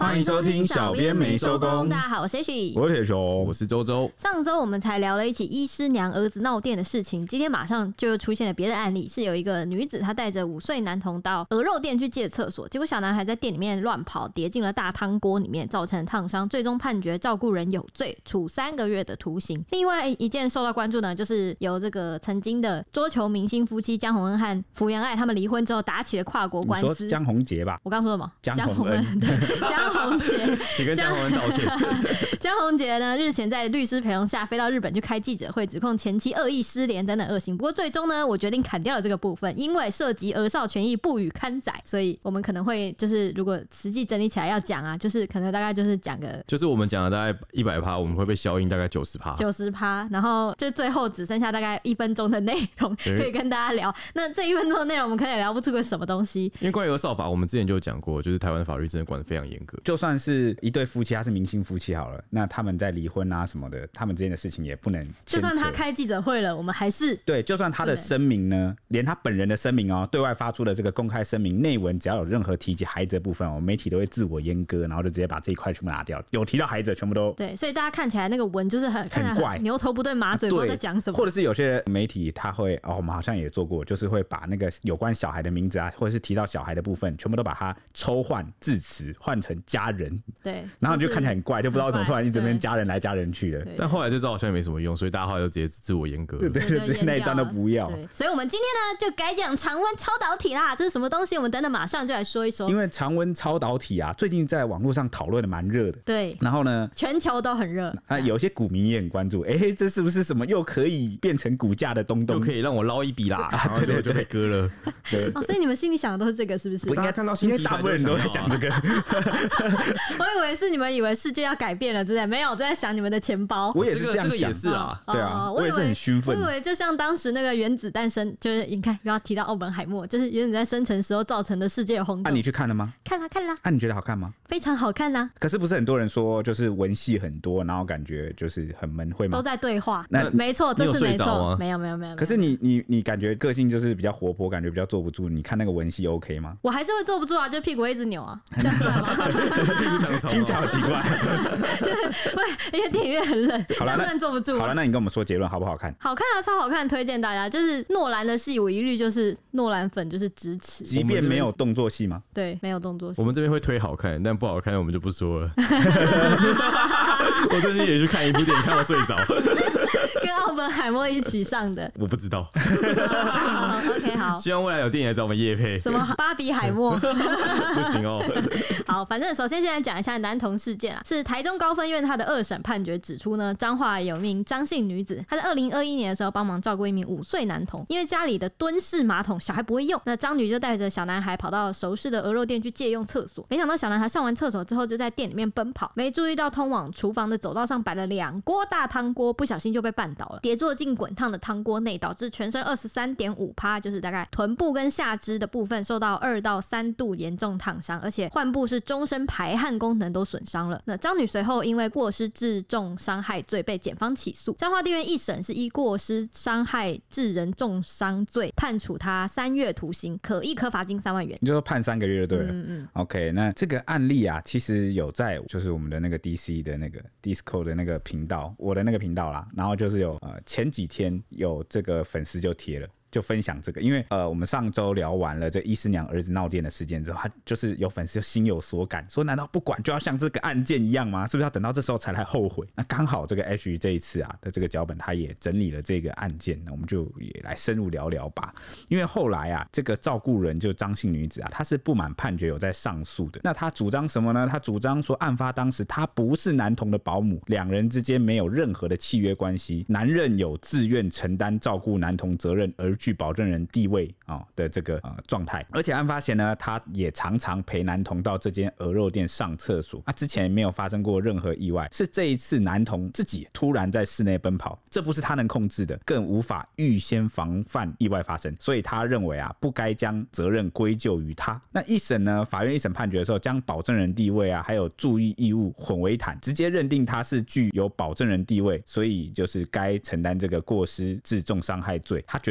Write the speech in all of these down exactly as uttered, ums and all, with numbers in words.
欢迎收听小编没收工。 大家好，我是 H， 我是铁熊， 我是周周。 上周我们才聊了一起医师娘儿子闹店的事情，今天马上就又出现了别的案例，是有一个女子她带着五岁男童到鹅肉店去借厕所，结果小男孩在店里面乱跑，跌进了大汤锅里面，造成烫伤，最终判决照顾人有罪，处三个月的徒刑。另外一件受到关注呢，就是由这个曾经的桌球明星夫妻江宏恩和福原爱他们离婚之后打起了跨国官司。 你说江宏杰吧？ 我刚说什么？ 江宏恩， 江宏杰， 请跟江宏恩道歉。 江宏杰呢，日前在律师陪同下飞到日本去开记者会，指控前妻恶意失联等等恶行。不过最终呢，我决定砍掉了这个部分，因为涉及儿少权益，不予刊载，所以我们可能会就是如果实际整理起来要讲啊，就是可能大概就是讲个， 就是我们讲的大概一百趴，我们会被消音大概九十趴， 九十趴，然后就最后只剩下大概一分钟的内容可以跟大家聊。那这一分钟的内容，我们可能也聊不出个什么东西。 因为关于儿少法，我们之前就有讲过，就是台湾法律真的管得非常严格。 就算是一对夫妻，他是明星夫妻好了，那他们在离婚啊什么的，他们之间的事情也不能牵扯。 就算他开记者会了，我们还是对，就算他的声明呢，连他本人的声明哦，对外发出的这个公开声明内文，只要有任何提及孩子的部分哦，媒体都会自我阉割，然后就直接把这一块全部拿掉。有提到孩子，全部都对，所以大家看起来那个文就是很很怪， 牛头不对马嘴，不知道在讲什么。 或者是有些媒体他会哦，我们好像也做过，就是会把那个有关小孩的名字啊，或者是提到小孩的部分，全部都把它抽换字词，换成家人。 对， 然后就看起来很怪，就不知道怎么突然一直变家人来家人去了。 但后来这招好像也没什么用，所以大家后来就直接自我阉割了。 对对对，那一张都不要。 所以我们今天呢就改讲常温超导体啦，这是什么东西？我们等等马上就来说一说。 因为常温超导体啊，最近在网络上讨论的蛮热的。 对， 然后呢， 全球都很热啊，有些股民也很关注，哎、欸，这是不是什么又可以变成股价的东东， 又可以让我捞一笔啦？然后就就被割了。 对，哦，所以你们心里想的都是这个，是不是？ 我应该看到新题材，大部分人都在想这个。 我以为是你们以为世界要改变了之类，没有，我在想你们的钱包。 我也是这样想， 这个也是啊， 对啊，我也是很兴奋。 我以为就像当时那个原子弹生，就是你看又要提到奥本海默，就是原子弹生成时候造成的世界轰动。 啊，你去看了吗？ 看啦看啦。 啊，你觉得好看吗？ 非常好看啦。 可是不是很多人说就是文戏很多，然后感觉就是很闷，会吗？ 都在对话。 那没错，这是没错。没有没有没有。 可是你你你感觉个性就是比较活泼，感觉比较坐不住。你看那个文戏 OK 吗？ 我还是会坐不住啊，就屁股会一直扭啊，这样子吗？ 听起来好奇怪。 对，因为电影院很冷，这样算坐不住。 好了，那你跟我们说结论好不好看？ 好看啊，超好看，推荐大家。就是诺兰的戏，我一律就是诺兰粉，就是支持。 即便没有动作戏吗？ 对，没有动作戏。 我们这边会推好看，但不好看我们就不说了。我最近也去看一部电影，看到睡着。 跟奥本海默一起上的， 我不知道。 OK， 好。 希望未来有电影来找我们业配。 什么巴比海默？ 不行哦。 好，反正首先先来讲一下男童事件啊，是台中高分院他的二审判决指出呢，彰化有一名张姓女子，她在二零二一年的时候帮忙照顾一名五岁男童，因为家里的蹲式马桶小孩不会用，那张女就带着小男孩跑到熟识的鹅肉店去借用厕所，没想到小男孩上完厕所之后就在店里面奔跑，没注意到通往厨房的走道上摆了两锅大汤锅，不小心就被绊倒了，跌坐进滚烫的汤锅内，导致全身 二十三点五趴， 就是大概臀部跟下肢的部分受到二到三度严重烫伤，而且患部是终身排汗功能都损伤了。那张女随后因为过失致重伤害罪被检方起诉，彰化地院一审是依过失伤害致人重伤罪判处他三月徒刑，可一科罚金三万元。 你就说判三个月就对了。 嗯嗯 OK， 那这个案例啊，其实有在就是我们的那个 D C 的那个 Disco 的那个频道，我的那个频道啦，然后就是有呃前几天有这个粉丝就贴了。就分享这个，因为呃，我们上周聊完了这医师娘儿子闹店的事件之后，他就是有粉丝就心有所感，说难道不管就要像这个案件一样吗？是不是要等到这时候才来后悔？那刚好这个 H 这一次啊的这个脚本，他也整理了这个案件，那我们就也来深入聊聊吧。因为后来啊，这个照顾人就张姓女子啊，她是不满判决有在上诉的。那她主张什么呢？她主张说，案发当时她不是男童的保姆，两人之间没有任何的契约关系，男人有自愿承担照顾男童责任而具保证人地位的这个状态。而且案发前呢，他也常常陪男童到这间鹅肉店上厕所，啊，之前没有发生过任何意外，是这一次男童自己突然在室内奔跑，这不是他能控制的，更无法预先防范意外发生，所以他认为啊，不该将责任归咎于他。那一审呢，法院一审判决的时候，将保证人地位啊，还有注意义务混为一谈，直接认定他是具有保证人地位，所以就是该承担这个过失致重伤害罪。他觉得这是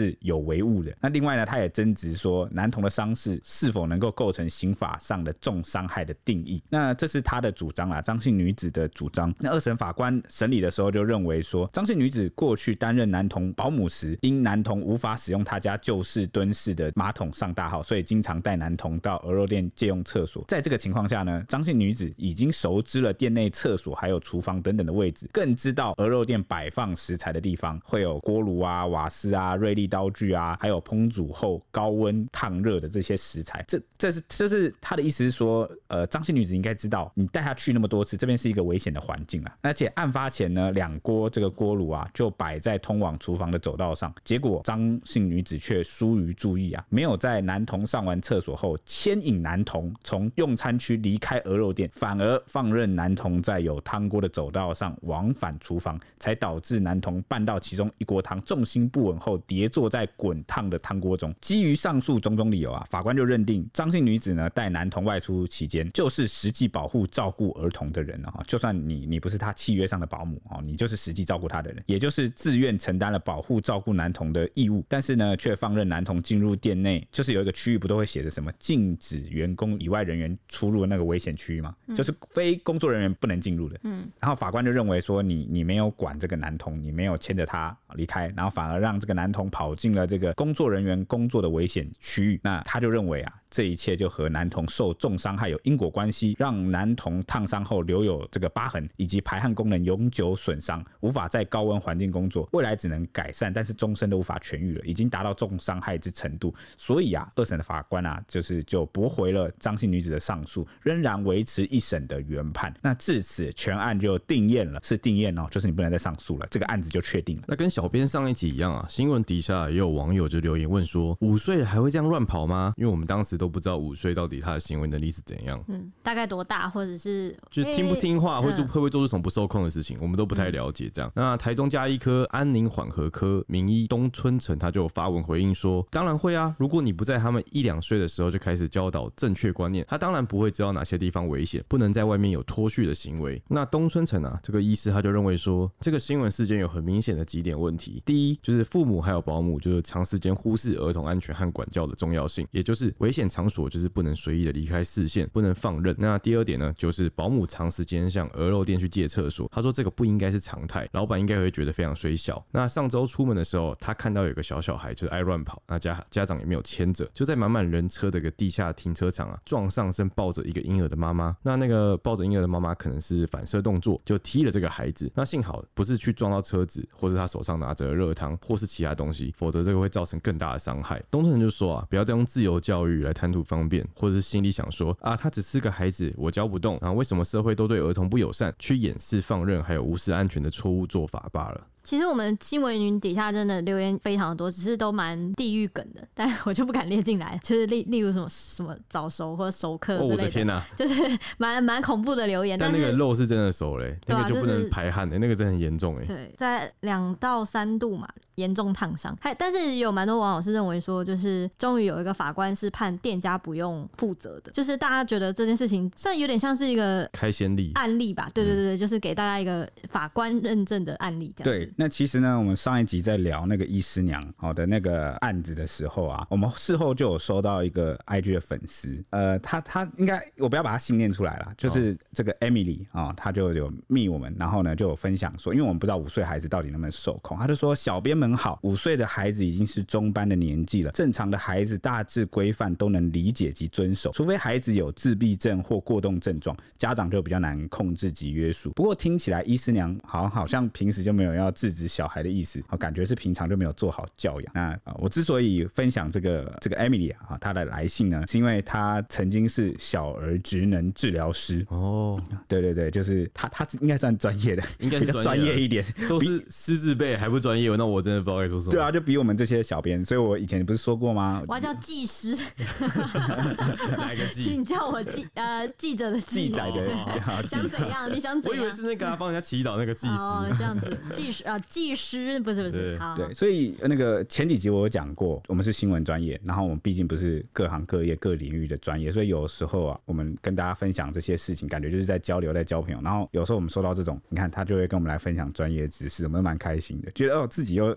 是有违误的。那另外呢，他也争执说男童的伤势是否能够构成刑法上的重伤害的定义。那这是他的主张啦，张姓女子的主张。那二审法官审理的时候就认为说，张姓女子过去担任男童保姆时，因男童无法使用他家旧式蹲式的马桶上大号，所以经常带男童到鹅肉店借用厕所。在这个情况下呢，张姓女子已经熟知了店内厕所还有厨房等等的位置，更知道鹅肉店摆放食材的地方会有锅炉啊、瓦斯啊、锐利刀具啊，还有烹煮后高温烫热的这些食材。这这是这是他的意思是说，呃，张姓女子应该知道，你带她去那么多次，这边是一个危险的环境啊。而且案发前呢，两锅这个锅炉啊就摆在通往厨房的走道上，结果张姓女子却疏于注意啊，没有在男童上完厕所后牵引男童从用餐区离开鹅肉店，反而放任男童在有汤锅的走道上往返厨房，才导致男童拌到其中一锅汤，重心不稳后跌坐在滚烫的汤锅中。基于上述种种理由啊，法官就认定张姓女子呢带男童外出期间，就是实际保护照顾儿童的人啊，就算你你不是他契约上的保姆啊，你就是实际照顾他的人，也就是自愿承担了保护照顾男童的义务，但是呢，却放任男童进入店内，就是有一个区域不都会写着什么禁止员工以外人员出入的那个危险区域吗？嗯、就是非工作人员不能进入的。嗯，然后法官就认为说你，你你没有管这个男童，你没有牵着他离开，然后反而让这个男童跑进了这个工作人员工作的危险区域，那他就认为啊，这一切就和男童受重伤害有因果关系，让男童烫伤后留有这个疤痕，以及排汗功能永久损伤，无法在高温环境工作，未来只能改善，但是终身都无法痊愈了，已经达到重伤害之程度。所以啊，二审的法官啊，就是就驳回了张姓女子的上诉，仍然维持一审的原判。那至此全案就定验了，是定验哦，就是你不能再上诉了，这个案子就确定了。 那跟小编上一集一样啊，新闻底下也有网友就留言问说，五岁还会这样乱跑吗？因为我们当时都不知道五岁到底他的行为能力是怎样， 嗯，大概多大，或者是就是听不听话，会做、嗯、会不会做出什么不受控的事情，我们都不太了解。这样，那台中家医科安宁缓和科名医东春成他就有发文回应说，当然会啊，如果你不在他们一两岁的时候就开始教导正确观念，他当然不会知道哪些地方危险，不能在外面有脱序的行为。那东春成啊，这个医师他就认为说，这个新闻事件有很明显的几点问题。第一，就是父母还有保姆就是长时间忽视儿童安全和管教的重要性，也就是危险场所就是不能随意的离开视线，不能放任。那第二点呢，就是保姆长时间向鹅肉店去借厕所，他说这个不应该是常态，老板应该会觉得非常衰小。那上周出门的时候，他看到有个小小孩就是爱乱跑，那 家, 家长也没有牵着，就在满满人车的一个地下停车场啊，撞上身抱着一个婴儿的妈妈。那那个抱着婴儿的妈妈可能是反射动作，就踢了这个孩子。那幸好不是去撞到车子，或是他手上拿着热汤，或是其他东西，否则这个会造成更大的伤害。东城人就说啊，不要再用自由教育来贪图方便，或者是心里想说啊，他只是个孩子，我教不动啊，为什么社会都对儿童不友善，去掩饰放任还有无视安全的错误做法罢了。 其实我们新闻云底下真的留言非常的多，只是都蛮地狱梗的，但我就不敢列进来。就是 例, 例如什么什么早熟或者熟客之类的，哦、我的天哪，就是蛮蛮恐怖的留言。 但那个肉是真的熟嘞，那个就不能排汗的、欸，那个真的很严重哎。 对，在两到三度嘛，严重烫伤。还但是有蛮多网友是认为说，就是终于有一个法官是判店家不用负责的，就是大家觉得这件事情算有点像是一个开先例案例吧？对对对，嗯、就是给大家一个法官认证的案例这样子。 对。那其实呢，我们上一集在聊那个医师娘的那个案子的时候啊，我们事后就有收到一个 I G 的粉丝，呃，他他应该我不要把他姓念出来啦，就是这个 Emily 啊、哦，他就有密我们，然后呢就有分享说，因为我们不知道五岁孩子到底能不能受控，他就说小编们好，五岁的孩子已经是中班的年纪了，正常的孩子大致规范都能理解及遵守，除非孩子有自闭症或过动症状，家长就比较难控制及约束。不过听起来医师娘好像好像平时就没有要制止小孩的意思，感觉是平常就没有做好教养。那我之所以分享这个这个 Emily 啊，她的来信呢，是因为她曾经是小儿职能治疗师哦，对对对，就是她她应该算专业的， 应该是比较专业一点， 都是师字辈还不专业，那我真的不知道该说什么。 对啊，就比我们这些小编，所以我以前不是说过吗？ 我要叫技师， 哪一个技？ 请叫我记呃记者的记， 记载的， 哦、想怎样？你想怎样？ 我以为是那个帮人家祈祷那个技师， 哦，这样子，技师啊，技师不是不是，好对，所以那个前几集我有讲过，我们是新闻专业，然后我们毕竟不是各行各业各领域的专业，所以有时候啊，我们跟大家分享这些事情，感觉就是在交流，在交朋友。然后有时候我们收到这种，你看他就会跟我们来分享专业知识，我们都蛮开心的，觉得哦自己又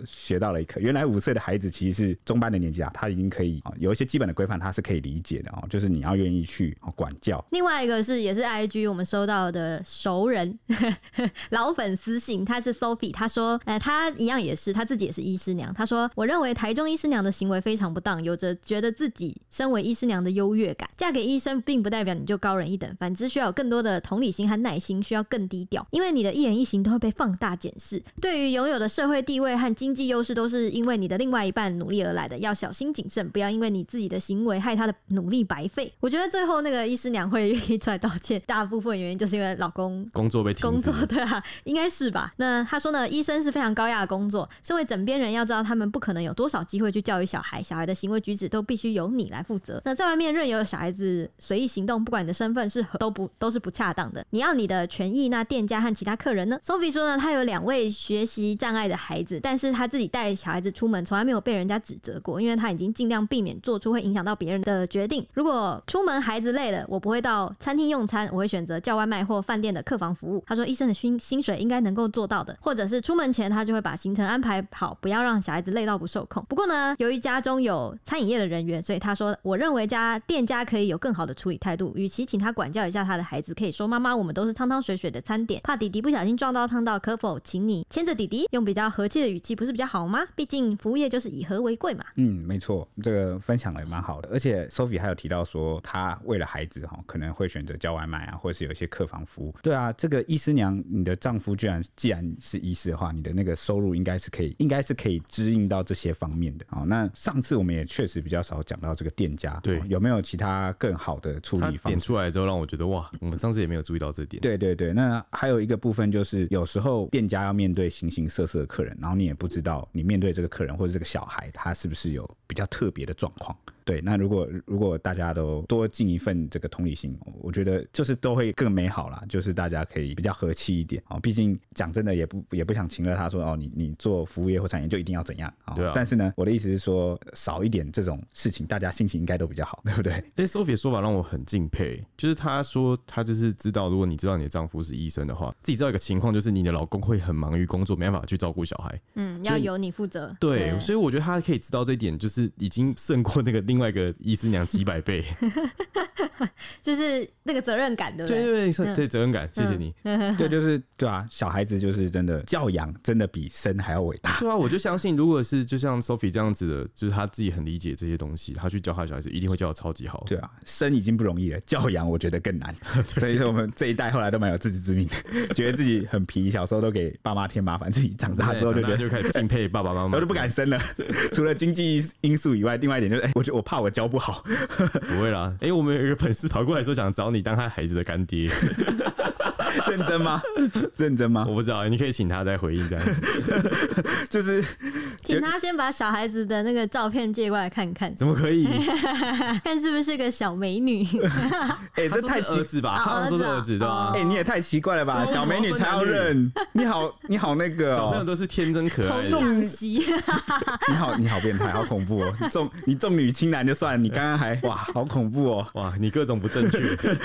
学到了一课，原来五岁的孩子其实是中班的年纪啊，他已经可以、哦、有一些基本的规范，他是可以理解的哦，就是你要愿意去、哦、管教。 另外一个是也是 I G 我们收到的熟人老粉私信，他是 Sophie， 他说，呃，他一样也是他自己也是医师娘，他说我认为台中医师娘的行为非常不当，有着觉得自己身为医师娘的优越感，嫁给医生并不代表你就高人一等，反之需要有更多的同理心和耐心，需要更低调，因为你的一言一行都会被放大检视，对于拥有的社会地位和经济优势都是因为你的另外一半努力而来的，要小心谨慎，不要因为你自己的行为害他的努力白费。我觉得最后那个医师娘会愿意出来道歉，大部分原因就是因为老公工作被停止， 工作对啊，应该是吧。那他说呢，医生是非常高压的工作，身为枕边人要知道他们不可能有多少机会去教育小孩，小孩的行为举止都必须由你来负责。那在外面任由小孩子随意行动，不管你的身份是都不都是不恰当的，你要你的权益，那店家和其他客人呢？ Sophie 说呢，他有两位学习障碍的孩子，但是他自己带小孩子出门从来没有被人家指责过，因为他已经尽量避免做出会影响到别人的决定。如果出门孩子累了，我不会到餐厅用餐，我会选择叫外卖或饭店的客房服务。他说医生的薪薪水应该能够做到的，或者是出门前他就会把行程安排好，不要让小孩子累到不受控。不过呢，由于家中有餐饮业的人员，所以他说我认为家店家可以有更好的处理态度，与其请他管教一下他的孩子，可以说妈妈我们都是汤汤水水的餐点，怕弟弟不小心撞到烫到，可否请你牵着弟弟，用比较和气的语气，不是比较好吗？毕竟服务业就是以和为贵嘛。 嗯，没错，这个分享的也蛮好的。而且 Sophie 还有提到说，她为了孩子可能会选择叫外卖啊，或者是有一些客房服务。对啊，这个医师娘，你的丈夫居然既然是医师的话，你的那个收入应该是可以，应该是可以支应到这些方面的。好，那上次我们也确实比较少讲到这个店家， 对， 有没有其他更好的处理方式？ 他点出来之后，让我觉得哇，我们上次也没有注意到这点。 对对对，那还有一个部分就是，有时候店家要面对形形色色的客人，然后你也不知道你面对这个客人或者这个小孩，他是不是有比较特别的状况。对，那如果如果大家都多尽一份这个同理心，我觉得就是都会更美好啦，就是大家可以比较和气一点哦。毕竟讲真的也不也不想请了他说哦，你你做服务业或产业就一定要怎样、哦、 对啊。 但是呢，我的意思是说少一点这种事情，大家心情应该都比较好，对不对？ 哎 ，Sophie 的说法让我很敬佩，就是他说他就是知道，如果你知道你的丈夫是医生的话，自己知道一个情况，就是你的老公会很忙于工作，没办法去照顾小孩， 嗯，要由你负责。 对， 对， 所以我觉得他可以知道这一点，就是已经胜过那个另外一个医师娘几百倍， 就是那个责任感，对不对？ 对对对，对责任感，谢谢你。 对，就是对啊，小孩子就是真的教养真的比生还要伟大。 对啊，我就相信，如果是就像 Sophie 这样子的，就是他自己很理解这些东西，他去教他的小孩子，一定会教的超级好。 对啊，生已经不容易了，教养我觉得更难。所以说我们这一代后来都蛮有自知之明的，觉得自己很皮，小时候都给爸妈添麻烦，自己长大之后就觉得就开始敬佩爸爸妈妈， 我都不敢生了。除了经济因素以外，另外一点就是，哎、欸，我觉得我怕我教不好。 不会啦，哎、欸，我们有一个粉丝跑过来说想找你当他孩子的干爹。 认真吗？认真吗？ 我不知道，你可以请他再回应这样子。 就是请他先把小孩子的那个照片借过来看看。 怎么可以？ 看是不是个小美女？ 哎、欸，这太奇儿子吧？他说是儿子对吧？ 哎、欸，你也太奇怪了吧？小美女才要认，你好，你好那个、哦， 小朋友都是天真可爱的。 重媳， 你好，你好变态，好恐怖哦！重你重女轻男就算，你刚刚还哇，好恐怖哦！ 哇，你各种不正确。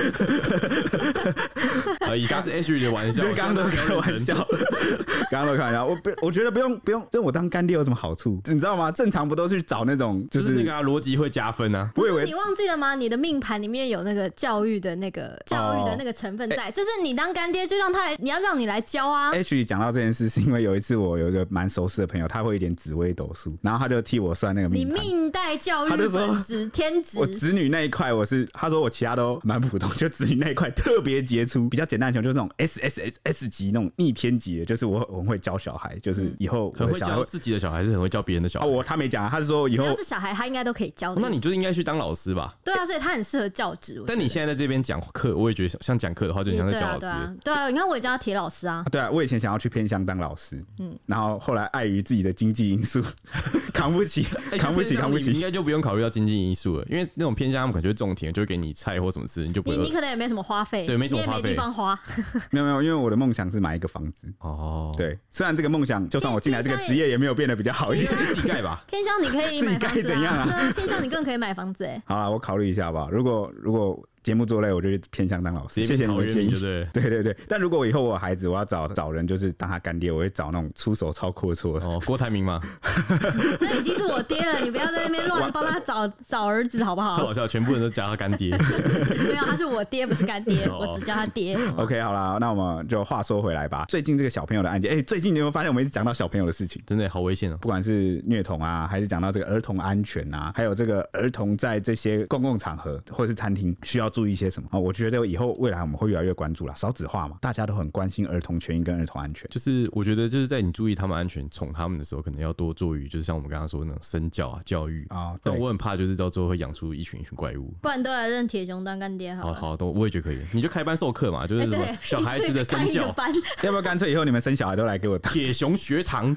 呃，以上是 H 的玩笑， 对，刚刚都开玩笑，刚刚都开玩笑。我不，我觉得不用不用，认我当干爹有什么好处？你知道吗？正常不都是找那种就是、 就是、那个逻辑、啊、会加分啊？ 不是你忘记了吗？你的命盘里面有那个教育的那个教育的那个成分在，哦、就是你当干爹就让他来，你要让你来教啊。 H 讲到这件事，是因为有一次我有一个蛮熟识的朋友，他会一点紫微斗数，然后他就替我算那个命盘。 你命带教育本质天职， 我子女那一块我是，他说我其他都蛮普通，就子女那一块特别杰出，比较简单的球就是那种 S S S S 级那种逆天级的，就是我我很会教小孩，就是以后很会教自己的小孩，是很会教别人的小孩。 哦，我他没讲，他是说以后只要是小孩，他应该都可以教的。 那你就应该去当老师吧？ 对啊，所以他很适合教职。 但你现在在这边讲课，我也觉得像讲课的话，就很像在教老师。 对啊，对啊，你看我也叫他铁老师啊。 对啊，我以前想要去偏乡当老师，嗯，然后后来碍于自己的经济因素，扛不起，扛不起，扛不起， 应该就不用考虑到经济因素了，因为那种偏乡他们可能就会种田，就会给你菜或什么事，你就不会。 你你可能也没什么花费， 对，没什么花费， 你也没地方花。 没有没有，因为我的梦想是买一个房子。哦，对，虽然这个梦想，就算我进来这个职业也没有变得比较好一点， 自己盖吧。 偏乡你可以自己盖怎样啊？ 偏乡你更可以买房子哎。 好啦，我考虑一下吧。如果如果节目做累，我就偏向当老师。谢谢你的建议， 对对对对。但如果我以后我有孩子，我要找找人就是当他干爹，我会找那种出手超阔绰的。 哦，郭台铭吗？ 那已经是我爹了，你不要在那边乱帮他找找儿子好不好？ 超好笑，全部人都叫他干爹。 没有，他是我爹，不是干爹，我只叫他爹。 OK， 好啦，那我们就话说回来吧。最近这个小朋友的案件，哎、欸，最近你有没有发现我们一直讲到小朋友的事情？ 真的好危险哦！ 不管是虐童啊，还是讲到这个儿童安全啊，还有这个儿童在这些公共场合或者是餐厅需要注意一些什么、哦、我觉得以后未来我们会越来越关注啦，少子化嘛，大家都很关心儿童权益跟儿童安全。 就是我觉得就是在你注意他们安全、宠他们的时候，可能要多做于就是像我们刚刚说的那种身教啊、教育啊。但我很怕就是到最后会养出一群一群怪物。 不然都来认铁熊当干爹好了。 好好，都我也觉得可以。你就开班授课嘛，就是什么小孩子的身教。 要不要干脆以后你们生小孩都来给我当铁熊学堂？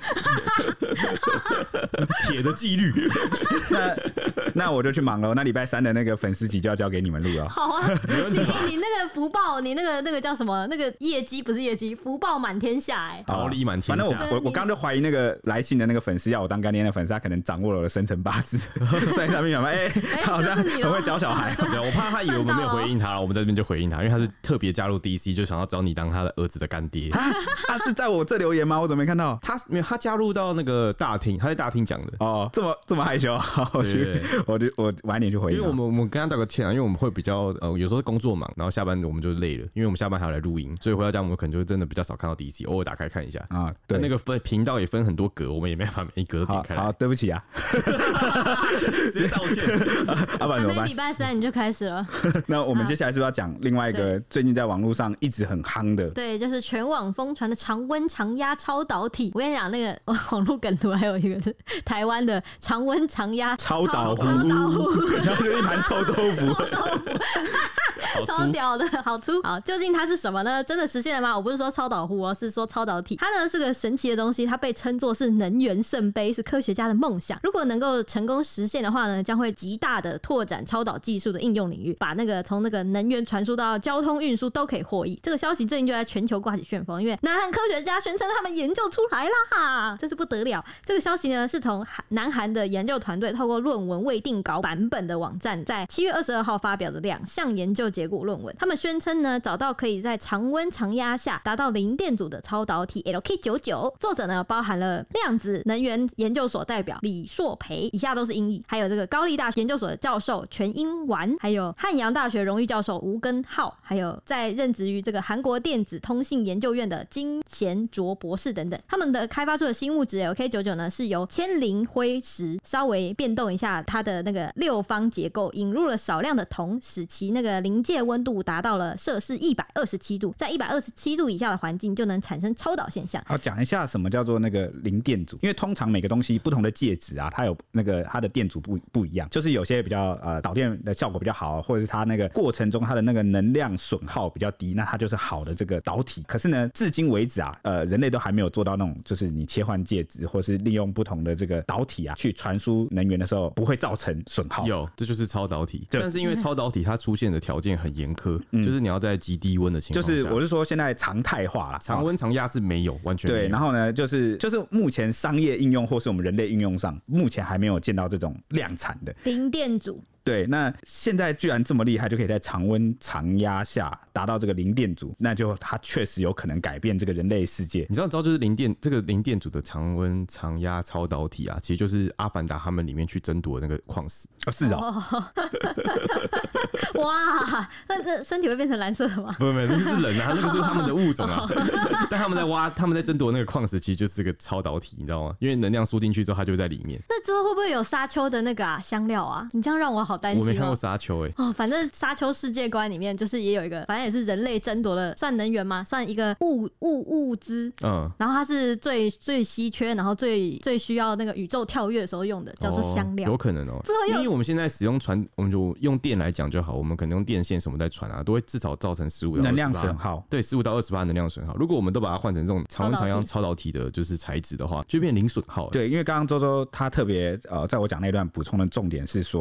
铁的纪律。 那那我就去忙了。那礼拜三的那个粉丝集就要交给你们录了。 好啊，你你那个福报，你那个那个叫什么？那个业绩不是业绩，福报满天下哎、欸， 桃李满天下。 反正我我我刚就怀疑那个来信的那个粉丝要我当干爹的粉丝，他可能掌握了我的生辰八字，算一算命，哎、欸，好像很会教小孩。 我怕他以为我们没有回应他了，我们在这边就回应他，因为他是特别加入 D C， 就想要找你当他的儿子的干爹。 啊，他是在我这留言吗？我怎么没看到？ 他没有，他加入到那个大厅，他在大厅讲的。 哦，这么这么害羞，我去，我就我晚点去回应。 因为我们我们跟他道个歉啊，因为我们会比较呃，有时候是工作忙，然后下班我们就累了，因为我们下班还要来录音，所以回到家我们可能就真的比较少看到 D C， 偶尔打开看一下啊。对，那个分频道也分很多格，我们也没办法每一格都点开来。 好，对不起啊， 直接道歉。 要不然怎么办？ 礼拜三你就开始了。 那我们接下来是不是要讲另外一个最近在网络上一直很夯的？ 对，就是全网疯传的常温常压超导体。我跟你讲，那个网络梗图还有一个是台湾的常温常压超导糊，然后就一盘臭豆腐。 超屌的，好粗！好，究竟它是什么呢？真的实现了吗？我不是说超导护哦，是说超导体。它呢是个神奇的东西，它被称作是能源圣杯，是科学家的梦想。如果能够成功实现的话呢，将会极大的拓展超导技术的应用领域，把那个从那个能源传输到交通运输都可以获益。这个消息最近就在全球刮起旋风，因为南韩科学家宣称他们研究出来啦，真是不得了！这个消息呢是从南韩的研究团队透过论文未定稿版本的网站，在七月二十二号发表的两项研究结果论文。他们宣称呢，找到可以在常温常压下达到零电阻的超导体 L K 九十九。作者呢包含了量子能源研究所代表李硕培，以下都是音译，还有这个高丽大学研究所的教授全英完，还有汉阳大学荣誉教授吴根浩，还有在任职于这个韩国电子通信研究院的金贤卓博士等等。他们的开发出的新物质 L K 九十九 呢，是由铅磷灰石稍微变动一下它的那个六方结构，引入了少量的铜，使其那个临界温度达到了摄氏一百二十七度，在一百二十七度以下的环境就能产生超导现象。 好，讲一下什么叫做那个零电阻，因为通常每个东西不同的介质啊，它有那个它的电阻不不一样，就是有些比较呃导电的效果比较好，或者是它那个过程中它的那个能量损耗比较低，那它就是好的这个导体。可是呢，至今为止啊，呃，人类都还没有做到那种，就是你切换介质或是利用不同的这个导体啊，去传输能源的时候不会造成损耗。 有，这就是超导体。但是因为超导体它出现的条件很严苛，嗯、就是你要在极低温的情况下， 就是我是说现在常态化了， 常温常压是没有，完全没有。 对，然后呢，就是就是目前商业应用或是我们人类应用上，目前还没有见到这种量产的零电阻。 对，那现在居然这么厉害，就可以在常温常压下达到这个零电阻，那就它确实有可能改变这个人类世界。 你知道，你知道就是零电这个零电阻的常温常压超导体啊，其实就是《阿凡达》他们里面去争夺的那个矿石。 哦，是哦。 哇，那这身体会变成蓝色的吗？ 不不，那个是人啊，那个是他们的物种啊。但他们在挖，他们在争夺那个矿石，其实就是个超导体，你知道吗？因为能量输进去之后，它就在里面。 那之后会不会有沙丘的那个啊香料啊？你这样让我好担心、哦。 我没看过沙丘哎、欸。 哦，反正沙丘世界观里面就是也有一个，反正也是人类争夺的，算能源吗？算一个物物物资。嗯。然后它是最最稀缺，然后最最需要那个宇宙跳跃的时候用的，叫做香料。 哦、有可能哦。因为我们现在使用传，我们就用电来讲就好，我们可能用电线什么在传啊，都会至少造成十五到二十趴能量损耗。 对，十五到二十趴能量损耗。如果我们都把它换成这种常温常压超导体的，就是材质的话，就变零损耗了。 对，因为刚刚周周他特别呃，在我讲那段补充的重点是说。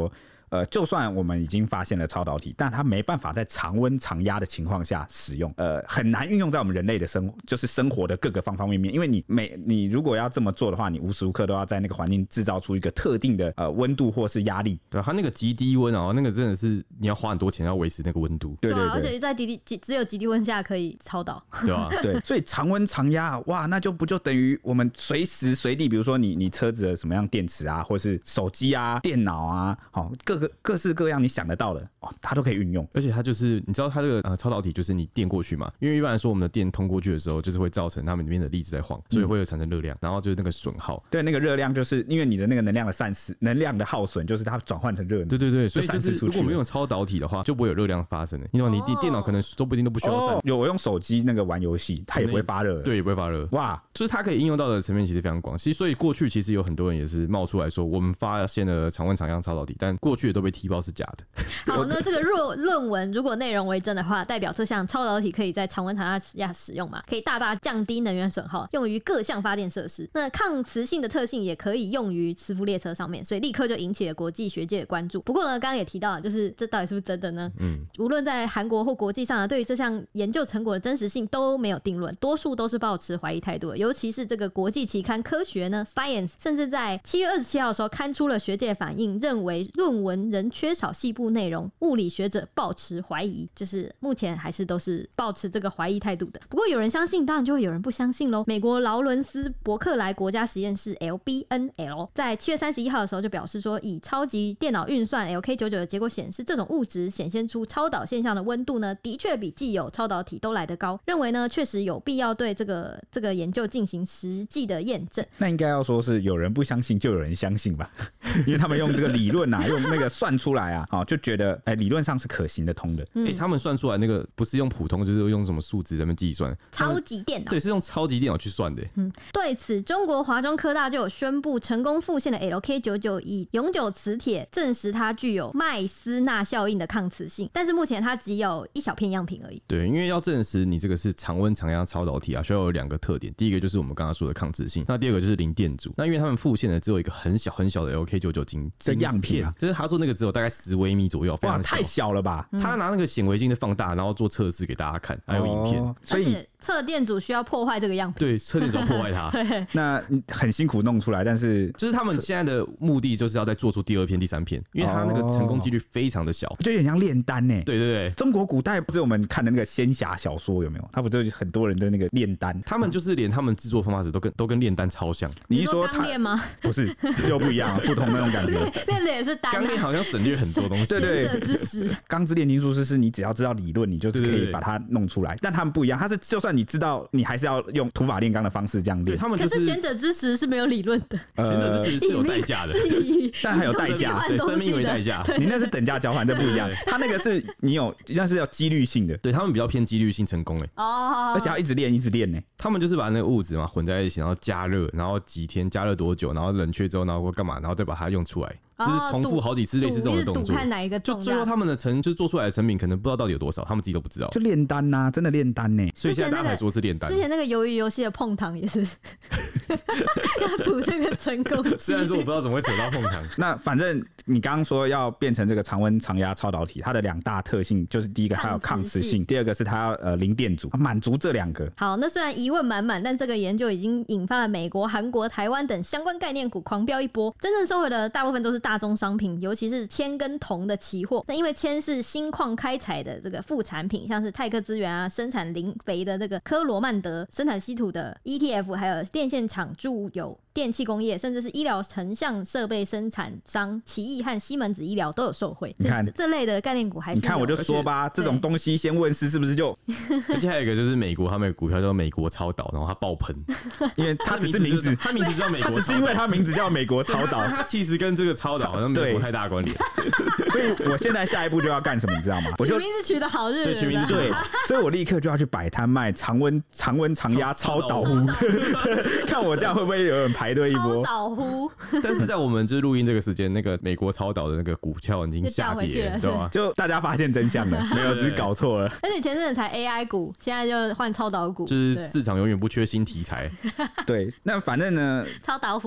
呃，就算我们已经发现了超导体，但它没办法在常温常压的情况下使用，呃，很难运用在我们人类的生活，就是生活的各个方方面面。因为你每你如果要这么做的话，你无时无刻都要在那个环境制造出一个特定的呃温度或是压力。 对、啊，它那个极低温啊，那个真的是你要花很多钱要维持那个温度。 对对对， 啊、而且在极低只有极低温下可以超导。 对啊， 对，所以常温常压，哇，那就不就等于我们随时随地，比如说你你车子的什么样电池啊，或是手机啊、电脑啊，哦，各个各式各样你想得到的哦，它都可以运用。 而且它就是你知道它这个呃超导体就是你电过去嘛，因为一般来说我们的电通过去的时候，就是会造成它们里面的粒子在晃，所以会有产生热量，然后就是那个损耗。 对，那个热量就是因为你的那个能量的散失、能量的耗损，就是它转换成热能。 对对对，所以就就散失出去了。 是如果我们用超导体的话，就不会有热量发生的。你懂吗？你电电脑可能说不定都不需要散。 哦，有我用手机那个玩游戏，它也不会发热。 对，也不会发热。 哇， 就是它可以应用到的层面其实非常广。其实所以过去其实有很多人也是冒出来说，我们发现了常温常压超导体，但过去的都被踢爆是假的。 好，那这个论论文如果内容为真的话，代表这项超导体可以在常温常压下使用嘛，可以大大降低能源损耗，用于各项发电设施。那抗磁性的特性也可以用于磁浮列车上面，所以立刻就引起了国际学界的关注。不过呢，刚刚也提到了，就是这到底是不是真的呢？嗯，无论在韩国或国际上呢，对于这项研究成果的真实性都没有定论，多数都是抱持怀疑态度的。尤其是这个国际期刊科学呢 ，Science， 甚至在七月二十七号的时候刊出了学界反应，认为论文仍缺少细部内容，物理学者抱持怀疑，就是目前还是都是抱持这个怀疑态度的。不过有人相信，当然就会有人不相信咯。美国劳伦斯伯克莱国家实验室 L B N L 在七月三十一号的时候就表示说，以超级电脑运算 L K 九十九 的结果显示，这种物质显现出超导现象的温度呢，的确比既有超导体都来得高。认为呢，确实有必要对这个这个研究进行实际的验证。 那应该要说是有人不相信，就有人相信吧，因为他们用这个理论啊，用那个算出来啊，哦、就觉得哎、欸，理论上是可行的通的。哎、 嗯欸，他们算出来那个不是用普通，就是用什么数值在那边计算， 超级电脑， 对，是用超级电脑去算的。 嗯，对此，中国华中科大就有宣布成功复现的 L K 九十九 以永久磁铁证实它具有麦斯纳效应的抗磁性，但是目前它只有一小片样品而已。 对，因为要证实你这个是常温常压超导体啊，需要有两个特点，第一个就是我们刚刚说的抗磁性，那第二个就是零电阻。那因为他们复现的只有一个很小很小的 L K 九十九 晶的样品啊， 就是他说那个只有大概十微米左右，非常小， 哇，太小了吧？ 他拿那个显微镜的放大，然后做测试给大家看，还有影片。 哦、所以测电阻需要破坏这个样品， 对，测电阻要破坏它。 那很辛苦弄出来，但是就是他们现在的目的就是要再做出第二片、第三片，因为它那个成功几率非常的小， 就有点像炼丹呢。 对对对， 中国古代不是我们看的那个仙侠小说有没有？他不就很多人的那个炼丹？ 他们就是连他们制作方法都跟都跟炼丹超像。 你说钢炼吗？ 不是，又不一样了，不同那种感觉。 炼的也是丹、啊， 钢炼好像省略很多东西。 对对， 贤者之石。 钢之炼金术师是你只要知道理论，你就是可以把它弄出来。但他们不一样，他是就算你知道，你还是要用土法炼钢的方式这样炼。 他们、就是、 可是贤者之石是没有理论的， 贤、呃、者之石是有代价的， 但还有代价， 对，生命为代价。 你那是等价交换，这不一样。他那个是你有，那是要几率性的。 对他们比较偏几率性成功哎、欸， 哦， 而且要一直练，一直练呢。 他们就是把那个物质嘛混在一起，然后加热，然后几天加热多久，然后冷却之后，然后干嘛，然后再把它用出来。就是重复好几次类似这种的动作， 看哪一个就最后他们的成就做出来的成品可能不知道到底有多少，他们自己都不知道。 就炼丹呐、啊，真的炼丹呢、欸。 所以现在大家才说是炼丹。 之前那个鱿鱼游戏的碰糖也是要赌这个成功。 虽然说我不知道怎么会扯到碰糖， 那反正你刚刚说要变成这个常温常压超导体，它的两大特性就是第一个它有抗磁性，第二个是它要呃零电阻，满足这两个。 好，那虽然疑问满满，但这个研究已经引发了美国、韩国、台湾等相关概念股狂飙一波。真正收回的大部分都是大宗商品，尤其是铅跟铜的期货。那因为铅是新矿开采的这个副产品，像是泰克资源啊，生产磷肥的这个科罗曼德，生产稀土的 E T F， 还有电线厂驻有电气工业，甚至是医疗成像设备生产商奇异和西门子医疗都有受惠。 你看这, 这类的概念股还是有。 你看我就说吧，这种东西先问世是不是就？ 而且还有一个就是美国他们的股票叫美国超导，然后它爆喷， 因为它只是名字， 它名字叫美国， 它只是因为它名字叫美国超导， 它其实跟这个超导好像没有什么太大关联。 所以我现在下一步就要干什么，你知道吗？我就取名字取得好，日对，取名字对，所以我立刻就要去摆摊卖常温常温常压超导呼，看我这样会不会有人排队一波。 超导呼， 但是在我们就是录音这个时间，那个美国超导的那个股票已经下跌了，对吧？ 就大家发现真相了，没有，只是搞错了。 而且前阵子才 A I 股，现在就换超导股， 就是市场永远不缺新题材。 对，那反正呢， 超导虎。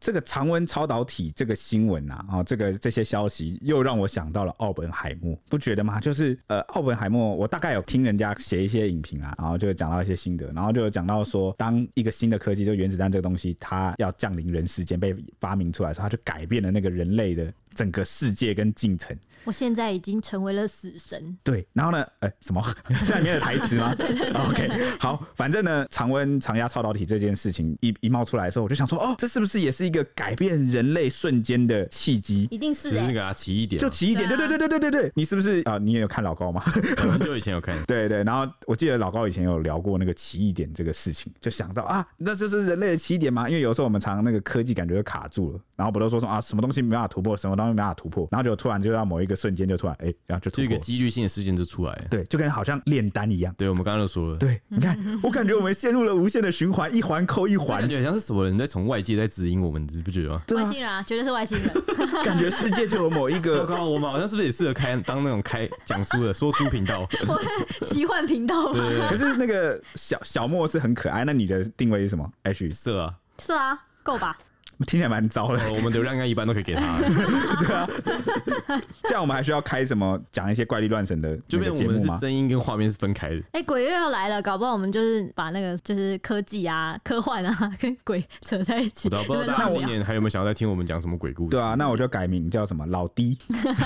这个常温超导体这个新闻啊，哦，这个这些消息又让我想到了奥本海默，不觉得吗？就是呃，奥本海默，我大概有听人家写一些影评啊，然后就讲到一些心得，然后就有讲到说，当一个新的科技，就原子弹这个东西，它要降临人世间被发明出来的时候，它就改变了那个人类的整个世界跟进程。 我现在已经成为了死神。 对，然后呢，呃，什么？是里面的台词吗？ 对对对 OK， 好，反正呢，常温常压超导体这件事情一一冒出来的时候，我就想说，哦，这是不是也是一个改变人类瞬间的契机？ 一定是就是哎、 那个啊，奇异点啊， 就奇异点，对对对对对对对，你是不是啊？你也有看老高吗？ 很久以前有看， 对对，然后我记得老高以前有聊过那个奇异点这个事情，就想到啊，那这是人类的奇异点吗？因为有时候我们常那个科技感觉就卡住了，然后不都说说啊，什么东西没办法突破，什么东西没办法突破，然后就突然就到某一个瞬间就突然哎、欸，然后就突破就一个几率性的事件就出来了。 对，就跟好像炼丹一样。 对，我们刚刚都说了， 对，你看，我感觉我们陷入了无限的循环，一环扣一环， 感觉很像是什么人在从外界在指引我们，你不觉得吗？ 对啊， 外星人啊，绝对是外星人。 感觉世界就有某一糟个。 糕，我们好像是不是也适合开当那种开讲书的说书频道？ 奇幻频道吗？ 对对对， 可是那个小小莫是很可爱，那你的定位是什么 ？H 色啊， 是啊，够吧？ 听起来蛮糟的。 哦我们流量应该一般都可以给他， 对啊，这样我们还需要开什么讲一些怪力乱神的就变我们是那个节目吗？ 声音跟画面是分开的。 哎、鬼月要来了，搞不好我们就是把那个就是科技啊、科幻啊跟鬼扯在一起。 我不知道大家今年还有没有想要再听我们讲什么鬼故事？ 对啊，那我就改名叫什么老低、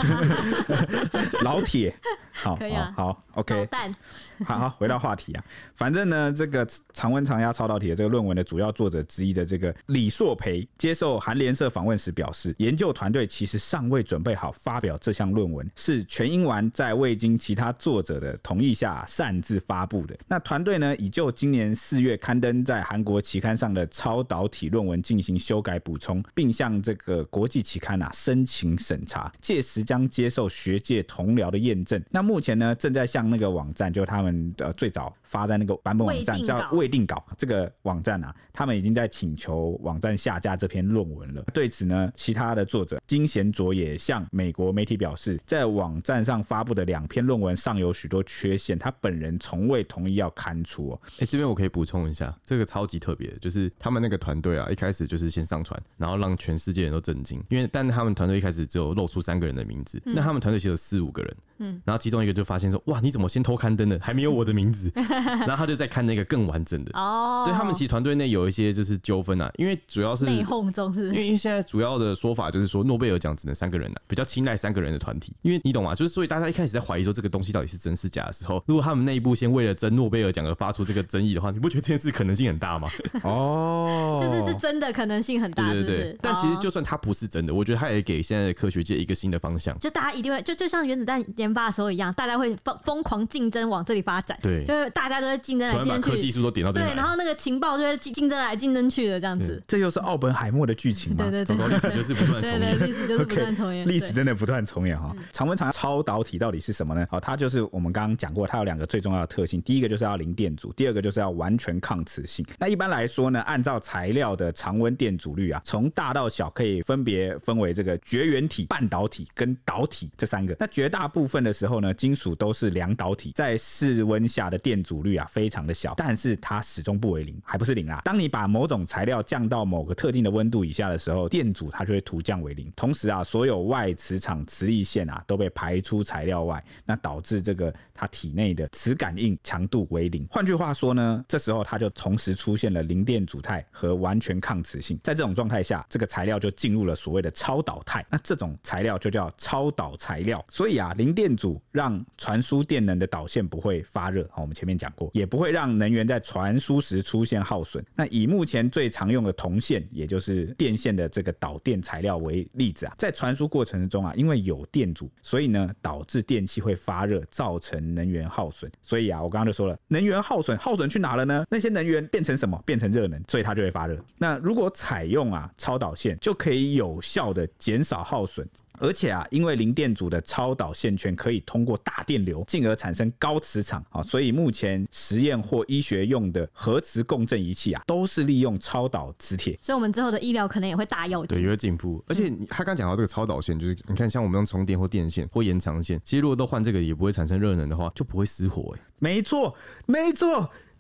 老铁。好， 可以啊好好导 ，OK， 弹好好，回到话题啊。反正呢，这个常温常压超导体的这个论文的主要作者之一的这个李硕培接受韩联社访问时表示，研究团队其实尚未准备好发表这项论文，是全英完在未经其他作者的同意下擅自发布的。那团队呢，已就今年四月刊登在韩国期刊上的超导体论文进行修改补充，并向这个国际期刊啊申请审查，届时将接受学界同僚的验证。那目前呢，正在向那个网站，就他们呃最早发在那个版本网站叫未定稿这个网站啊，他们已经在请求网站下架这篇论文了。对此呢，其他的作者金贤卓也向美国媒体表示，在网站上发布的两篇论文尚有许多缺陷，他本人从未同意要刊出哦。 哎、欸，这边我可以补充一下，这个超级特别的，就是他们那个团队啊，一开始就是先上传，然后让全世界人都震惊，因为但他们团队一开始只有露出三个人的名字，嗯、那他们团队其实有四五个人，嗯，然后其中一个就发现说，哇，你怎么先偷刊登的，还没有我的名字，然后他就在看那个更完整的。哦，对他们其实团队内有一些就是纠纷啊，因为主要是内讧中是， 因为现在主要的说法就是说诺贝尔奖只能三个人啊，比较青睐三个人的团体，因为你懂吗？就是所以大家一开始在怀疑说这个东西到底是真是假的时候，如果他们内部先为了争诺贝尔奖而发出这个争议的话，你不觉得这件事可能性很大吗？ 哦， 就是是真的可能性很大， 对对对。 是不是？ 但其实就算它不是真的，我觉得它也给现在的科学界一个新的方向。 就大家一定会就就像原子弹研发的时候一样，大家会疯疯狂竞争往这里发展。 对， 就是大家都在竞争来竞争去， 把科技树都点到这里来。 对，然后那个情报就会竞争来竞争去的这样子。 这又是奥本海默的剧情吗？ 对对对， 历史就是不断重演， 对对，历史就是不断重演， 历史真的不断重演哈。常温常压超导体到底是什么呢？好，它就是我们刚刚讲过，它有两个最重要的特性，第一个就是要零电阻，第二个就是要完全抗磁性。那一般来说呢，按照材料的常温电阻率啊，从大到小可以分别分为这个绝缘体、半导体跟导体这三个。那绝大部分的时候呢，金属都是两导体，在室温下的电阻率啊非常的小，但是它始终不为零，还不是零啦。当你把某种材料降到某个特定的温度以下的时候，电阻它就会图降为零。同时啊，所有外磁场磁力线啊都被排出材料外，那导致这个它体内的磁感应强度为零。换句话说呢，这时候它就同时出现了零电阻态和完全抗磁性。在这种状态下，这个材料就进入了所谓的超导态，那这种材料就叫超导材料。所以啊，零电阻让传输电能的导线不会发热，我们前面讲过，也不会让能源在传输时出现耗损。那以目前最常用的铜线，也就是电线的这个导电材料为例子啊，在传输过程中啊，因为有电阻，所以呢导致电器会发热，造成能源耗损。所以啊，我刚刚就说了，能源耗损，耗损去哪了呢？那些能源变成什么？变成热能，所以它就会发热。那如果采用啊超导线，就可以有效的减少耗损。而且啊，因为零电阻的超导线圈可以通过大电流，进而产生高磁场啊，所以目前实验或医学用的核磁共振仪器啊，都是利用超导磁铁。 所以我们之后的医疗可能也会大跃进， 对，也会进步。而且他刚讲到这个超导线，就是你看，像我们用充电或电线或延长线，其实如果都换这个也不会产生热能的话，就不会失火哎、欸。 没错，没错。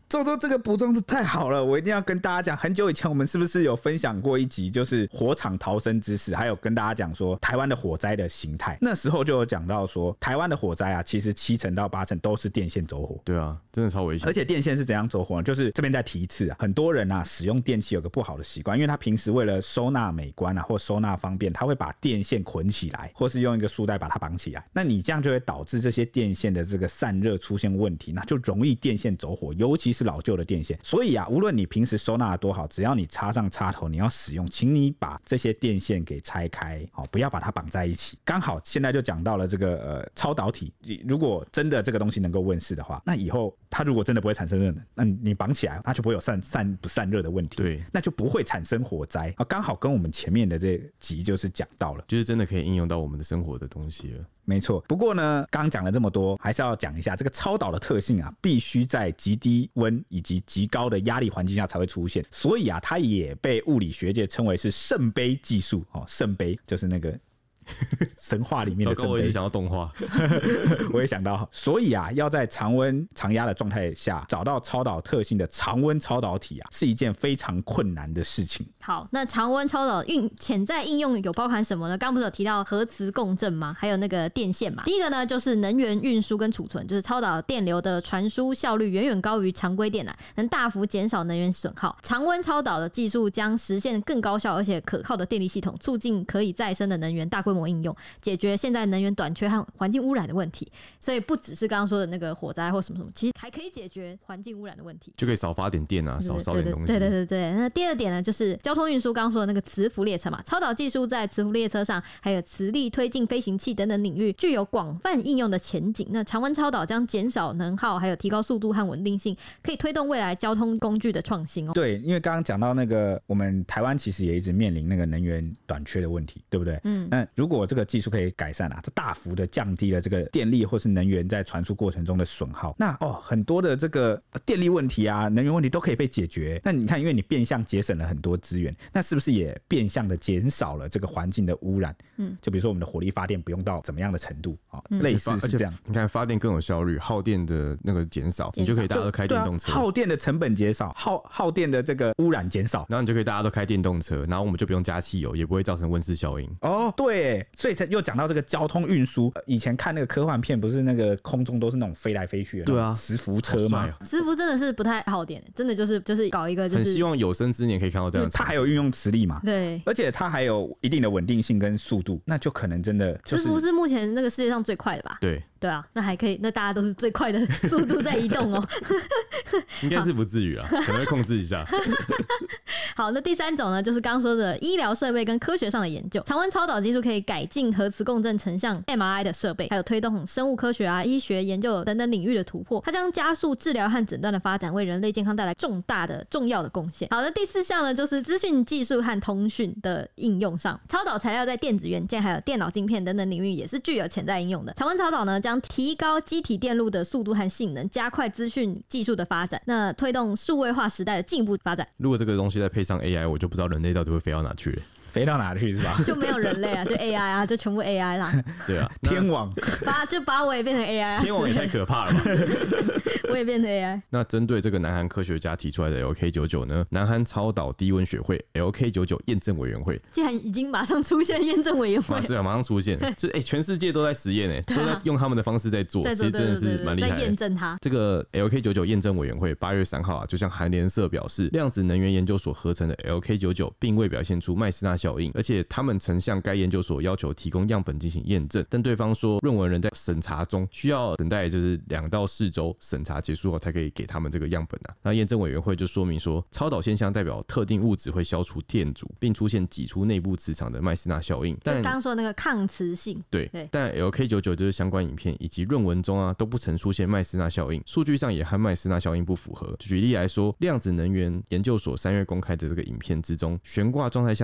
周周这个补充是太好了，我一定要跟大家讲。很久以前我们是不是有分享过一集，就是火场逃生知识，还有跟大家讲说台湾的火灾的形态。那时候就有讲到说，台湾的火灾啊，其实七成到八成都是电线走火。 对啊，真的超危险。 而且电线是怎样走火呢？就是这边再提一次啊，很多人啊使用电器有个不好的习惯，因为他平时为了收纳美观啊或收纳方便，他会把电线捆起来，或是用一个束带把它绑起来。那你这样就会导致这些电线的这个散热出现问题，那就容易电线走火，尤其是老旧的电线。所以啊，无论你平时收纳的多好，只要你插上插头，你要使用，请你把这些电线给拆开，哦，不要把它绑在一起。刚好现在就讲到了这个呃超导体，如果真的这个东西能够问世的话，那以后它如果真的不会产生热能，那你绑起来，它就不会有散散不散热的问题， 对， 那就不会产生火灾啊。刚好跟我们前面的这集就是讲到了， 就是真的可以应用到我们的生活的东西了。 没错，不过呢，刚刚讲了这么多，还是要讲一下这个超导的特性啊，必须在极低温以及极高的压力环境下才会出现，所以啊，它也被物理学界称为是圣杯技术哦，圣杯就是那个神话里面的圣杯。 糟糕，我一直想要动画， 我也想到，所以啊，要在常温常压的状态下找到超导特性的常温超导体啊，是一件非常困难的事情。 好，那常温超导运潜在应用有包含什么呢？刚刚不是有提到核磁共振吗？还有那个电线嘛。第一个呢，就是能源运输跟储存，就是超导电流的传输效率远远高于常规电缆，能大幅减少能源损耗。常温超导的技术将实现更高效而且可靠的电力系统，促进可以再生的能源大规模应用，解决现在能源短缺和环境污染的问题。所以不只是刚刚说的那个火灾或什么什么，其实还可以解决环境污染的问题， 就可以少发点电啊，少烧点东西。 对对对对。那第二点呢，就是交通运输，刚刚说的那个磁浮列车嘛，超导技术在磁浮列车上，还有磁力推进飞行器等等领域具有广泛应用的前景。那常温超导将减少能耗，还有提高速度和稳定性，可以推动未来交通工具的创新哦。 对，因为刚刚讲到那个，我们台湾其实也一直面临那个能源短缺的问题，对不对？嗯。那如果这个技术可以改善啊，这大幅的降低了这个电力或是能源在传输过程中的损耗，那哦很多的这个电力问题啊、能源问题都可以被解决。那你看，因为你变相节省了很多资源，那是不是也变相的减少了这个环境的污染？嗯，就比如说我们的火力发电不用到怎么样的程度啊、嗯，类似是这样。 你看发电更有效率，耗电的那个减少，你就可以大家都开电动车， 啊、耗电的成本减少，耗耗电的这个污染减少， 然后你就可以大家都开电动车，然后我们就不用加汽油，也不会造成温室效应。 哦，对，所以才又讲到这个交通运输。以前看那个科幻片，不是那个空中都是那种飞来飞去的，对啊，磁浮车嘛。 磁浮真的是不太耗电，真的就是就是搞一个就是。 很希望有生之年可以看到这样的。 它还有运用磁力嘛？ 对， 而且它还有一定的稳定性跟速度，那就可能真的、就是。 磁浮是目前那个世界上最快的吧？ 对。 对啊，那还可以，那大家都是最快的速度在移动哦。 应该是不至于啦，可能会控制一下。 好，那第三种呢，就是刚刚说的医疗设备跟科学上的研究。常温超导技术可以改进核磁共振成像 M R I 的设备，还有推动生物科学啊、医学研究等等领域的突破。它将加速治疗和诊断的发展，为人类健康带来重大的、重要的贡献。好，那第四项呢，就是资讯技术和通讯的应用上，超导材料在电子元件还有电脑晶片等等领域也是具有潜在应用的。常温超导呢，将提高机体电路的速度和性能，加快资讯技术的发展，那推动数位化时代的进一步发展。 如果这个东西再配上 A I， 我就不知道人类到底会飞到哪去了。 飞到哪去是吧？ 就没有人类啊，就 A I 啊，就全部 A I 啦。 对啊， 天网把就把我也变成 A I 啊。 天网也太可怕了吧！ 我也变成 A I。 那针对这个南韩科学家提出来的 L K 九十九 呢，南韩超导低温学会 L K 九十九 验证委员会， 竟然已经马上出现验证委员会， 对啊，马上出现，这哎、欸，全世界都在实验哎、欸，都在用他们的方式在做， 在其实真的是蛮厉害的。 在验证它。 这个 L K 九十九 验证委员会八月三号啊，就向韩联社表示，量子能源研究所合成的 L K 九十九 并未表现出麦斯纳效应，而且他们曾向该研究所要求提供样本进行验证，但对方说论文仍在审查中，需要等待就是两到四周审查结束后才可以给他们这个样本啊。那验证委员会就说明说，超导现象代表特定物质会消除电阻，并出现挤出内部磁场的麦斯纳效应。但刚刚说那个抗磁性， 对，对但 L K 九十九 就是相关影片以及论文中啊都不曾出现麦斯纳效应，数据上也和麦斯纳效应不符合。举例来说，量子能源研究所三月公开的这个影片之中，悬挂状态下的 L K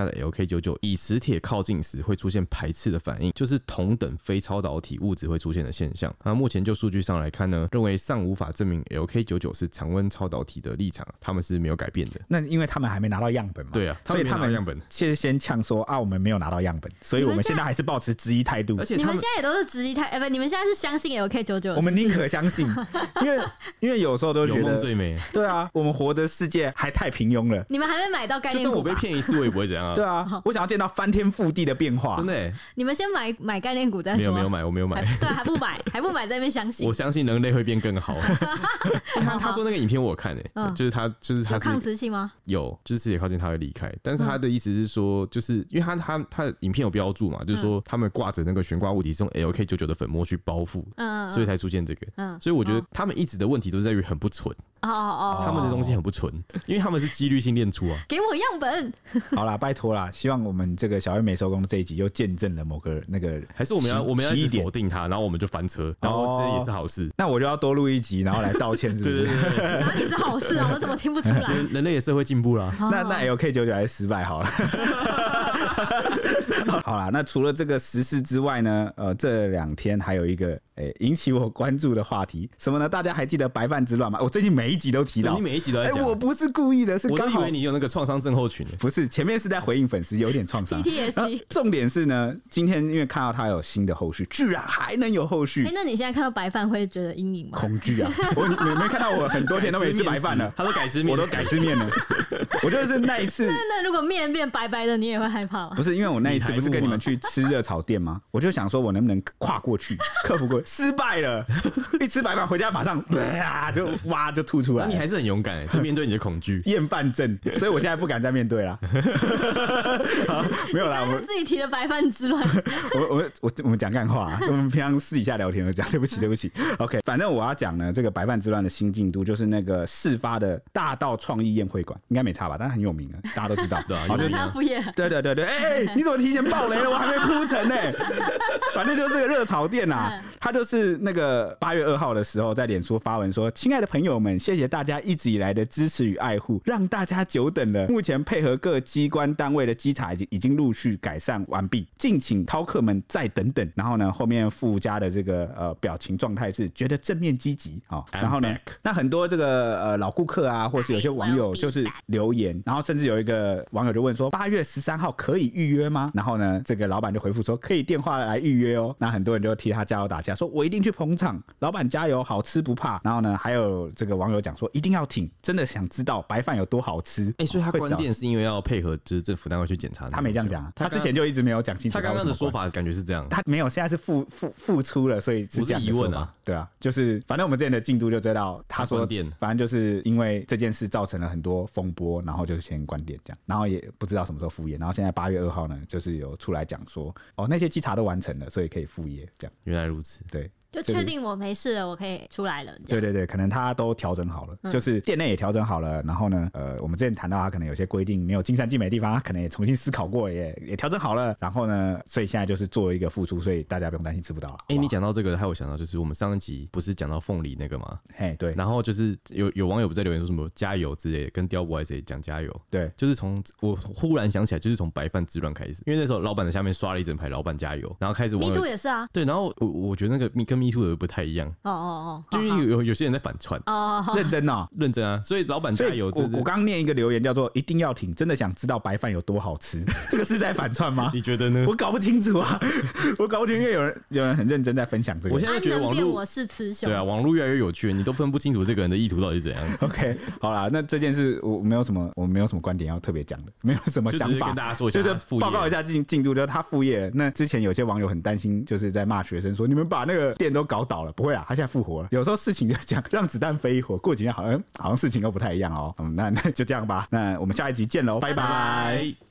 K 九十九 以磁铁靠近时会出现排斥的反应，就是同等非超导体物质会出现的现象。那目前就数据上来看呢，认为尚无法证明 L K 九十九 是常温超导体的立场，他们是没有改变的。 那因为他们还没拿到样本嘛， 对啊， 所以他们样本其实先呛说啊，我们没有拿到样本，所以我们现在还是保持质疑态度。 而且你们现在也都是质疑态，哎、欸、不，你们现在是相信 L K 九十九， 我们宁可相信，因为因为有时候都觉得有梦最美。 对啊，我们活的世界还太平庸了。 你们还没买到概念股吧？ 就算我被骗一次，我也不会怎样啊。 对啊，我想要见到翻天覆地的变化。 真的、欸， 你们先买买概念股再说。 没有没有买，我没有买。 对，还不买，还不买，在那边相信。 我相信人类会变更好。他他说那个影片我有看诶、欸嗯，就是他就是他是有抗磁性吗？ 有，就是磁铁靠近他会离开，但是他的意思是说，就是因为他他他的影片有标注嘛，就是说他们挂着那个悬挂物体是用 L K 九十九 的粉末去包覆，嗯，所以才出现这个。嗯，所以我觉得他们一直的问题都是在于很不纯。 哦哦， 他们的东西很不纯，因为他们是几率性练出啊。 给我样本。 好啦，拜托啦，希望我们这个小月没收工的这一集又见证了某个那个， 还是我们要我们要一直否定他，然后我们就翻车，然后这也是好事。 那我就要多录一集，然后来道歉，是不是？ 对对对， 哪里是好事啊？我怎么听不出来？ 人类也是会进步啦。 那那 L K 九十九 还是失败好了。好啦，那除了这个时事之外呢，呃，这两天还有一个诶、欸、引起我关注的话题，什么呢？大家还记得白饭之乱吗？我最近每一集都提到， 你每一集都在讲、 欸。我不是故意的，是刚好。 我都以为你有那个创伤症候群。 不是，前面是在回应粉丝有点创伤。 P T S D。 重点是呢，今天因为看到他有新的后续，居然还能有后续。 哎、欸，那你现在看到白饭会觉得阴影吗？ 恐惧啊！我你你没看到我很多天都没吃白饭了， 他都改吃面， 我都改吃面了。我就是那一次。 那那如果面变白白的，你也会害怕吗？ 不是，因为我那一次不是跟你们去吃热炒店吗？我就想说我能不能跨过去，克服过去，失败了。一吃白饭回家马上啊就哇就吐出来。 那你还是很勇敢哎，就面对你的恐惧。 厌饭症，所以我现在不敢再面对啦。没有啦，我自己提的白饭之乱。 我我我我们讲干话、啊，我们平常私底下聊天都讲，对不起对不起。OK， 反正我要讲呢，这个白饭之乱的新进度就是那个事发的大道创意宴会馆，应该没差吧？但是很有名啊，大家都知道。 对啊， 有他副业。 对对对对，哎、欸、哎，你怎么提前爆雷了？我还没铺陈呢。反正就是这个热炒店啊，他就是那个八月二号的时候在脸书发文说：“亲爱的朋友们，谢谢大家一直以来的支持与爱护，让大家久等了。目前配合各机关单位的稽查已经已经陆续改善完毕，敬请饕客们再等等。”然后呢，后面附加的这个呃表情状态是觉得正面积极啊。然后呢，那很多这个呃老顾客啊，或是有些网友就是留言，然后甚至有一个网友就问说：“八月十三号可以预约吗？”然后呢，这个老板就回复说：“可以电话来预约哦。”那很多人就替他加油打气，说：“我一定去捧场，老板加油，好吃不怕。”然后呢，还有这个网友讲说：“一定要挺，真的想知道白饭有多好吃。” 哎、欸，所以他关店是因为要配合就是政府单位去检查。 他没这样讲，他之前就一直没有讲清楚。 他刚刚的说法感觉是这样， 他没有，现在是付付付出了，所以是这样的说法。 不是疑问啊， 对啊，就是反正我们之前的进度就知道，他说关店， 反正就是因为这件事造成了很多风波，然后就先关店这样，然后也不知道什么时候复业，然后现在八月二号呢，就是有出来讲说，哦，那些稽查都完成了，所以可以复业这样。 原来如此， 对。 就确定我没事了，我可以出来了。 对对对，可能他都调整好了，嗯、就是店内也调整好了。然后呢，呃，我们之前谈到他可能有些规定没有尽善尽美的地方，他可能也重新思考过，也也调整好了。然后呢，所以现在就是做一个付出，所以大家不用担心吃不到了。 哎、欸，你讲到这个，还有想到就是我们上一集不是讲到凤梨那个吗？ 嘿，对。 然后就是有有网友不在留言说什么加油之类的，跟雕博还是谁讲加油？ 对， 就是从我忽然想起来，就是从白饭之乱开始，因为那时候老板的下面刷了一整排老板加油，然后开始网友 Me Too 也是啊， 对，然后我我觉得那个跟 Me Too 的不太一样。 哦哦哦， 就是有有有些人在反串哦， 认真哦， 认真啊，所以老板加油。 我我刚念一个留言叫做“一定要挺”，真的想知道白饭有多好吃，这个是在反串吗？ 你觉得呢？ 我搞不清楚啊，我搞不清楚，因为有人有人很认真在分享这个。 我现在觉得网络我是雌雄， 对啊，网络越来越有趣，你都分不清楚这个人的意图到底是怎样。 OK， 好啦，那这件事我没有什么，我没有什么观点要特别讲的，没有什么想法， 跟大家说一下， 就是报告一下进进度，就是他副业了。那之前有些网友很担心，就是在骂学生说你们把那个店都搞倒了，不会啊，他现在复活了。有时候事情就讲让子弹飞一会儿，过几天好像好像事情都不太一样哦。嗯，那那就这样吧，那我们下一集见喽，拜拜。 拜拜。